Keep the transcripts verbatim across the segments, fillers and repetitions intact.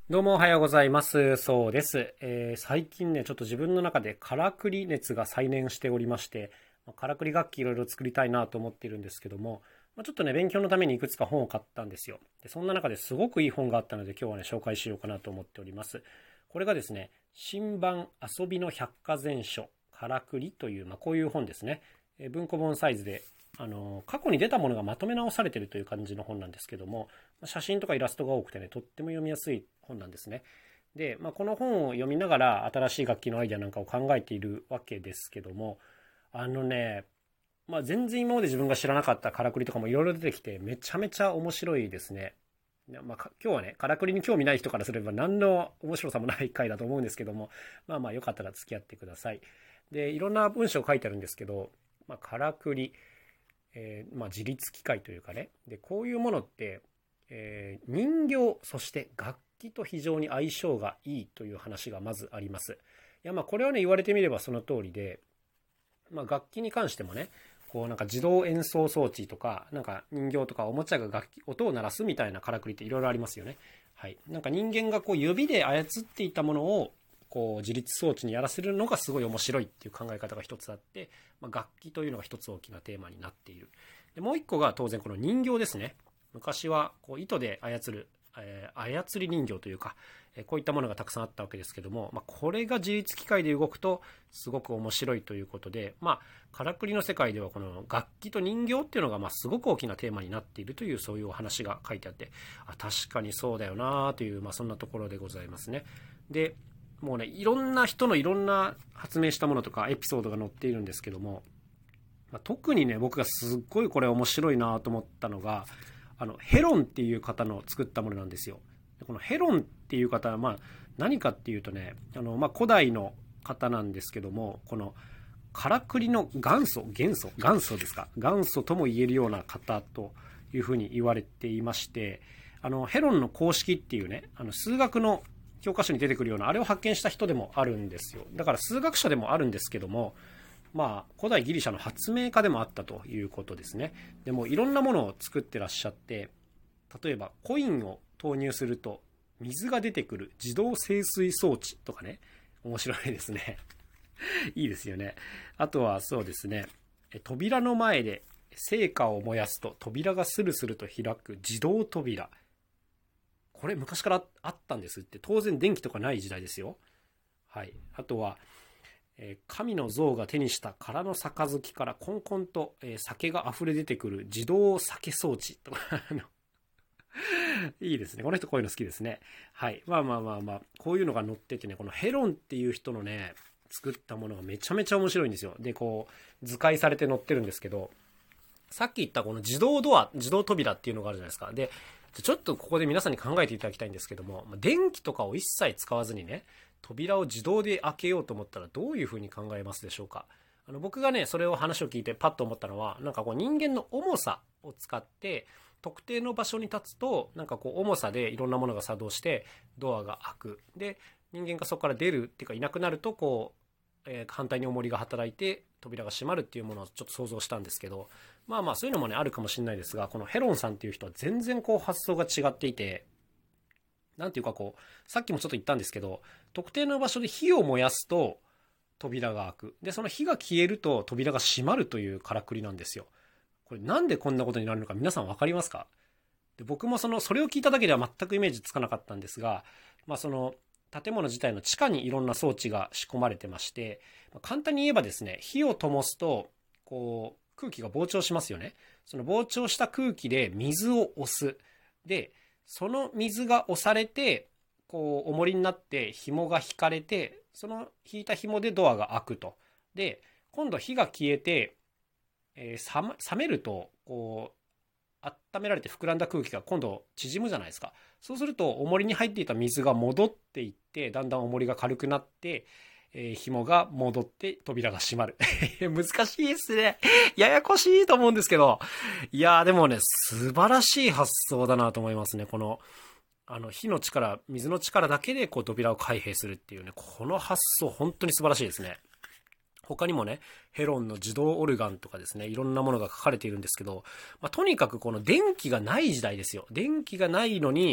どうもおはようございます。そうです。えー最近ね、ちょっと自分の中でからくり熱が再燃しておりまして、まあからくり楽器いろいろ作りたいなと思っているんですけども、まあ、ちょっとね、勉強のためにいくつか本を買ったんですよ。で、そんな中ですごくいい本があったので、今日はね、紹介しようかなと思っております。これがですね、新版遊びの百科全書からくりという、まあ、こういう本ですね。えー文庫本サイズで、あのー過去に出たものがまとめ直されているという感じの本なんですけども、写真とかイラストが多くてね、とっても読みやすい本なんですね。で、まあ、この本を読みながら新しい楽器のアイデアなんかを考えているわけですけども、あのね、まあ、全然今まで自分が知らなかったからくりとかもいろいろ出てきてめちゃめちゃ面白いですね。まあ、今日はね、からくりに興味ない人からすれば何の面白さもない回だと思うんですけども、まあまあよかったら付き合ってください。で、いろんな文章書いてあるんですけど、まあ、からくり、えーまあ、自律機械というかね、でこういうものって、えー人形そして楽器と非常に相性がいいという話がまずあります。いやまあこれはね言われてみればその通りで、まあ、楽器に関してもね、こうなんか自動演奏装置とかなんか人形とかおもちゃが楽器音を鳴らすみたいなからくりっていろいろありますよね。はい、なんか人間がこう指で操っていたものをこう自律装置にやらせるのがすごい面白いっていう考え方が一つあって、まあ、楽器というのが一つ大きなテーマになっている。でもう一個が当然この人形ですね。昔はこう糸で操る、えー操り人形というか、えーこういったものがたくさんあったわけですけども、まあ、これが自律機械で動くとすごく面白いということで、まあ、からくりの世界ではこの楽器と人形っていうのがまあすごく大きなテーマになっているという、そういうお話が書いてあって、あ確かにそうだよなという、まあ、そんなところでございますね。でもうね、いろんな人のいろんな発明したものとかエピソードが載っているんですけども、まあ、特にね僕がすっごいこれ面白いなと思ったのが、あのヘロンっていう方の作ったものなんですよ。でこのヘロンっていう方は、まあ、何かっていうとね、あの、まあ、古代の方なんですけども、このからくりの元祖元祖元祖ですか、元祖とも言えるような方というふうに言われていまして、あのヘロンの公式っていうね、あの数学の教科書に出てくるようなあれを発見した人でもあるんですよ。だから数学者でもあるんですけども、まあ古代ギリシャの発明家でもあったということですね。でもいろんなものを作ってらっしゃって、例えばコインを投入すると水が出てくる自動清水装置とかね、面白いですね。いいですよね。あとはそうですね、扉の前で聖火を燃やすと扉がスルスルと開く自動扉。これ昔からあったんですって。当然電気とかない時代ですよ。はい。あとは、えー神の像が手にした空の杯からコンコンと、えー酒が溢れ出てくる自動酒装置とかあのいいですね。この人こういうの好きですね。はい。まあまあまあまあ、こういうのが載っててね、このヘロンっていう人のね、作ったものがめちゃめちゃ面白いんですよ。で、こう、図解されて載ってるんですけど、さっき言ったこの自動ドア、自動扉っていうのがあるじゃないですか。で、ちょっとここで皆さんに考えていただきたいんですけども、電気とかを一切使わずにね、扉を自動で開けようと思ったらどういうふうに考えますでしょうか。あの僕がね、それを話を聞いてパッと思ったのは、なんかこう人間の重さを使って、特定の場所に立つと、なんかこう重さでいろんなものが作動してドアが開く。で、人間がそこから出るっていうかいなくなると、こう、えー反対に重りが働いて扉が閉まるっていうものをちょっと想像したんですけど、まあまあそういうのもねあるかもしれないですが、このヘロンさんっていう人は全然こう発想が違っていて、なんていうかこう、さっきもちょっと言ったんですけど、特定の場所で火を燃やすと扉が開く。で、その火が消えると扉が閉まるというからくりなんですよ。これなんでこんなことになるのか皆さん分かりますか？で僕もそのそれを聞いただけでは全くイメージつかなかったんですが、まあその建物自体の地下にいろんな装置が仕込まれてまして、簡単に言えばですね、火を灯すとこう空気が膨張しますよね。その膨張した空気で水を押す。で、その水が押されてこう重りになって紐が引かれて、その引いた紐でドアが開くと。で、今度火が消えて、えー冷冷めるとこう温められて膨らんだ空気が今度縮むじゃないですか。そうすると重りに入っていた水が戻っていって、だんだん重りが軽くなって、えー紐が戻って扉が閉まる。難しいですね。ややこしいと思うんですけど、いやーでもね、素晴らしい発想だなと思いますね。このあの火の力、水の力だけでこう扉を開閉するっていうね、この発想本当に素晴らしいですね。他にもね、ヘロンの自動オルガンとかですね、いろんなものが書かれているんですけど、まあ、とにかくこの電気がない時代ですよ。電気がないのに、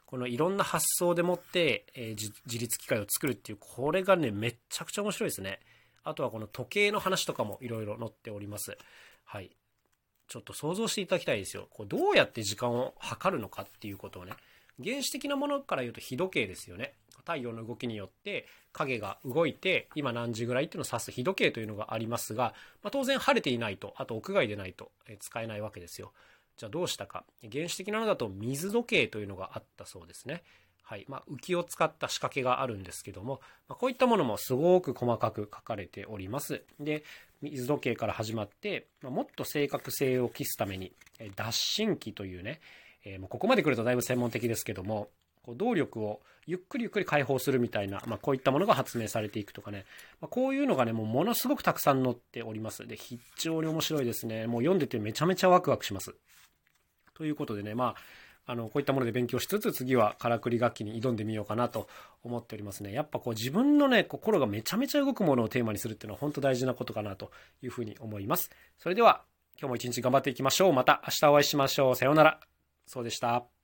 このいろんな発想でもって、えー、自立機械を作るっていう、これがね、めっちゃくちゃ面白いですね。あとはこの時計の話とかもいろいろ載っております。はい。ちょっと想像していただきたいですよ。こうどうやって時間を測るのかっていうことをね。原始的なものから言うと日時計ですよね。太陽の動きによって影が動いて今何時ぐらいっていうのを指す日時計というのがありますが、まあ、当然晴れていないと、あと屋外でないと使えないわけですよ。じゃあどうしたか。原始的なのだと水時計というのがあったそうですね。はい。まあ、浮きを使った仕掛けがあるんですけども、まあ、こういったものもすごく細かく書かれております。で、水時計から始まって、まあ、もっと正確性を期すために、脱震器というね、えー、もうここまで来るとだいぶ専門的ですけども、こう動力をゆっくりゆっくり解放するみたいな、まあ、こういったものが発明されていくとかね、まあ、こういうのがね、もうものすごくたくさん載っております。で、非常に面白いですね。もう読んでてめちゃめちゃワクワクします。ということでね、まあ、あの、こういったもので勉強しつつ、次はからくり楽器に挑んでみようかなと思っておりますね。やっぱこう自分のね、心がめちゃめちゃ動くものをテーマにするっていうのは本当大事なことかなというふうに思います。それでは、今日も一日頑張っていきましょう。また明日お会いしましょう。さようなら。そうでした。